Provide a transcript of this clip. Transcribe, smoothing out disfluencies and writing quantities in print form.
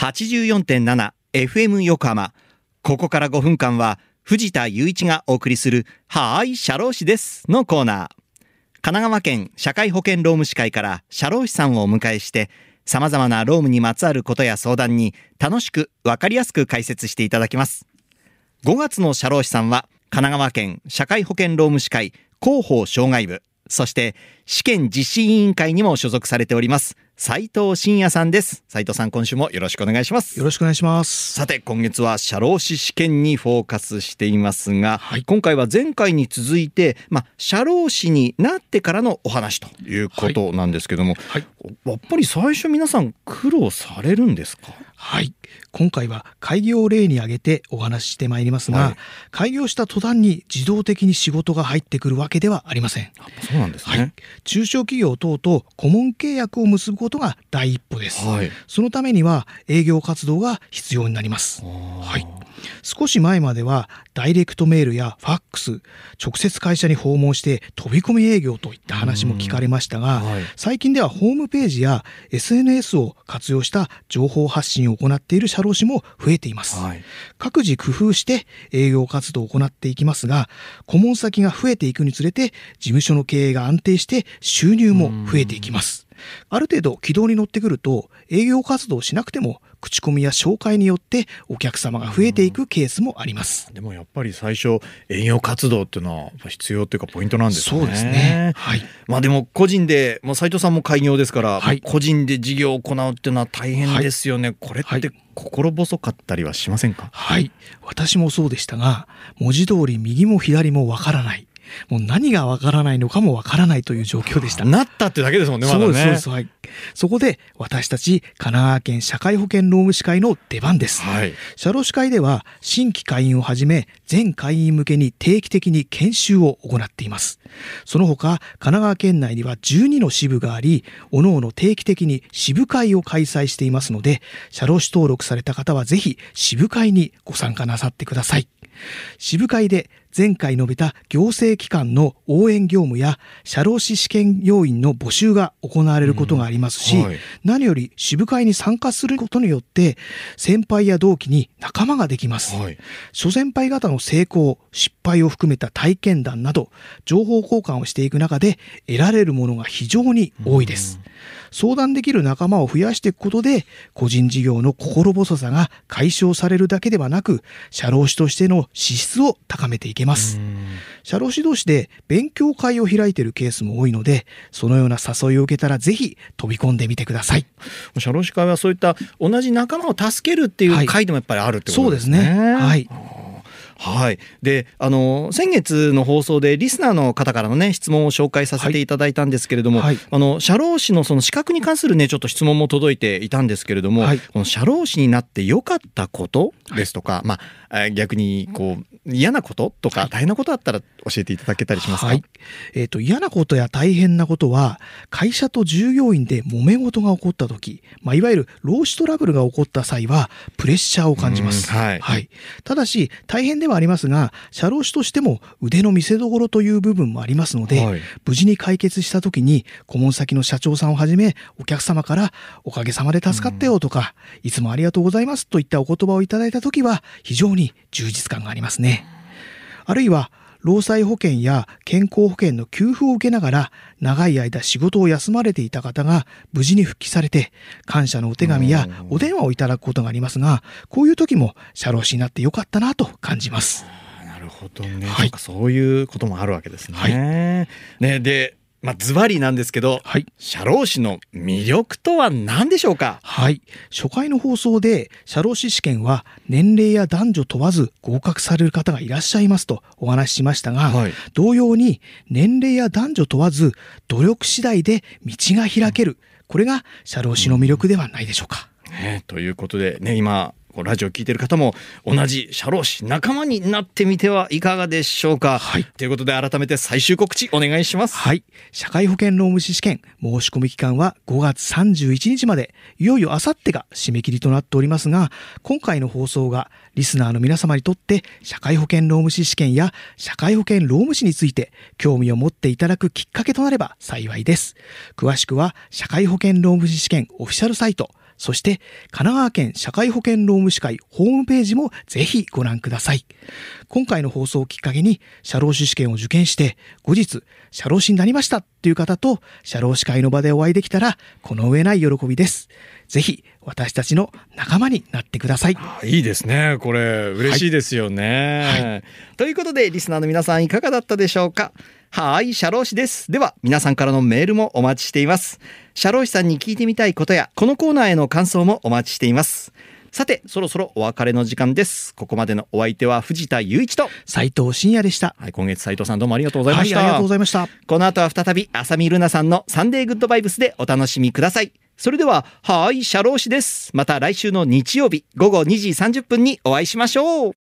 84.7FM 横浜。ここから5分間は藤田雄一がお送りするはーい社労士ですのコーナー。神奈川県社会保険労務士会から社労士さんをお迎えして様々な労務にまつわることや相談に楽しくわかりやすく解説していただきます。5月の社労士さんは神奈川県社会保険労務士会広報障害部、そして試験実施委員会にも所属されております斉藤真也さんです。斉藤さん、今週もよろしくお願いします。 よろしくお願いします。 さて、今月は社労士試験にフォーカスしていますが、今回は前回に続いて、社労士になってからのお話ということなんですけども、やっぱり最初皆さん苦労されるんですか？ はい、今回は開業を例に挙げてお話ししてまいりますが、開業した途端に自動的に仕事が入ってくるわけではありません。 そうなんですね。 中小企業等と顧問契約を結ぶことが第一歩です。そのためには営業活動が必要になります。少し前まではダイレクトメールやファックス、直接会社に訪問して飛び込み営業といった話も聞かれましたが、最近ではホームページや SNS を活用した情報発信を行っている社労士も増えています。各自工夫して営業活動を行っていきますが、顧問先が増えていくにつれて事務所の経営が安定して収入も増えていきます。ある程度軌道に乗ってくると営業活動をしなくても口コミや紹介によってお客様が増えていくケースもあります。 でもやっぱり最初営業活動っていうのは必要というかポイントなんですね。 そうですね。 でも個人で斉藤さんも開業ですから、個人で事業を行うっていうのは大変ですよね。これって心細かったりはしませんか？ 私もそうでしたが、文字通り右も左もわからない、もう何がわからないのかもわからないという状況でした。 なったってだけですもんね。まだね。 そこで私たち神奈川県社会保険労務士会の出番です。社労士会では新規会員をはじめ全会員向けに定期的に研修を行っています。その他神奈川県内には12の支部があり、各々定期的に支部会を開催していますので、社労士登録された方はぜひ支部会にご参加なさってください。支部会で前回述べた行政機関の応援業務や社労士試験要員の募集が行われることがありますし、何より支部会に参加することによって先輩や同期に仲間ができます。諸先輩方の成功、失敗を含めた体験談など情報交換をしていく中で得られるものが非常に多いです。相談できる仲間を増やしていくことで個人事業の心細さが解消されるだけではなく、社労士としての資質を高めていけます。社労士同士で勉強会を開いているケースも多いので、そのような誘いを受けたらぜひ飛び込んでみてください。 社労士会はそういった同じ仲間を助けるっていう会でもやっぱりあるってことですね。 そうですね。 で先月の放送でリスナーの方からの質問を紹介させていただいたんですけれども、社労士のその資格に関するちょっと質問も届いていたんですけれども、この社労士になって良かったことですとか、逆に嫌なこととか大変なことあったら教えていただけたりしますか？ 嫌なことや大変なことは会社と従業員で揉め事が起こった時、いわゆる労使トラブルが起こった際はプレッシャーを感じます。ただし大変ではありますが、社労士としても腕の見せ所という部分もありますので、無事に解決した時に顧問先の社長さんをはじめお客様からおかげさまで助かったよとか、いつもありがとうございますといったお言葉をいただいた時は非常に充実感がありますね。あるいは労災保険や健康保険の給付を受けながら長い間仕事を休まれていた方が無事に復帰されて感謝のお手紙やお電話をいただくことがありますが、こういう時も社労士になってよかったなと感じます。 なるほどね。そういうこともあるわけですね。でズバリなんですけど、社労士の魅力とは何でしょうか？初回の放送で社労士試験は年齢や男女問わず合格される方がいらっしゃいますとお話ししましたが、同様に年齢や男女問わず努力次第で道が開ける、これが社労士の魅力ではないでしょうか。ということで今ラジオを聞いている方も同じ社労士仲間になってみてはいかがでしょうか？ということで改めて最終告知お願いします。 社会保険労務士試験申し込み期間は5月31日まで、いよいよあさってが締め切りとなっておりますが、今回の放送がリスナーの皆様にとって社会保険労務士試験や社会保険労務士について興味を持っていただくきっかけとなれば幸いです。詳しくは社会保険労務士試験オフィシャルサイトそして神奈川県社会保険労務士会ホームページもぜひご覧ください。今回の放送をきっかけに社労士試験を受験して後日社労士になりましたっていう方と社労士会の場でお会いできたらこの上ない喜びです。ぜひ私たちの仲間になってください。 いいですね。これ嬉しいですよね。ということでリスナーの皆さんいかがだったでしょうか。はい、社労士です。では皆さんからのメールもお待ちしています。社労士さんに聞いてみたいことやこのコーナーへの感想もお待ちしています。さてそろそろお別れの時間です。ここまでのお相手は藤田雄一と斉藤真也でした。 今月斉藤さんどうもありがとうございました。 ありがとうございました。 この後は再び浅見ルナさんのサンデーグッドバイブスでお楽しみください。それでは社労士です。また来週の日曜日午後2時30分にお会いしましょう。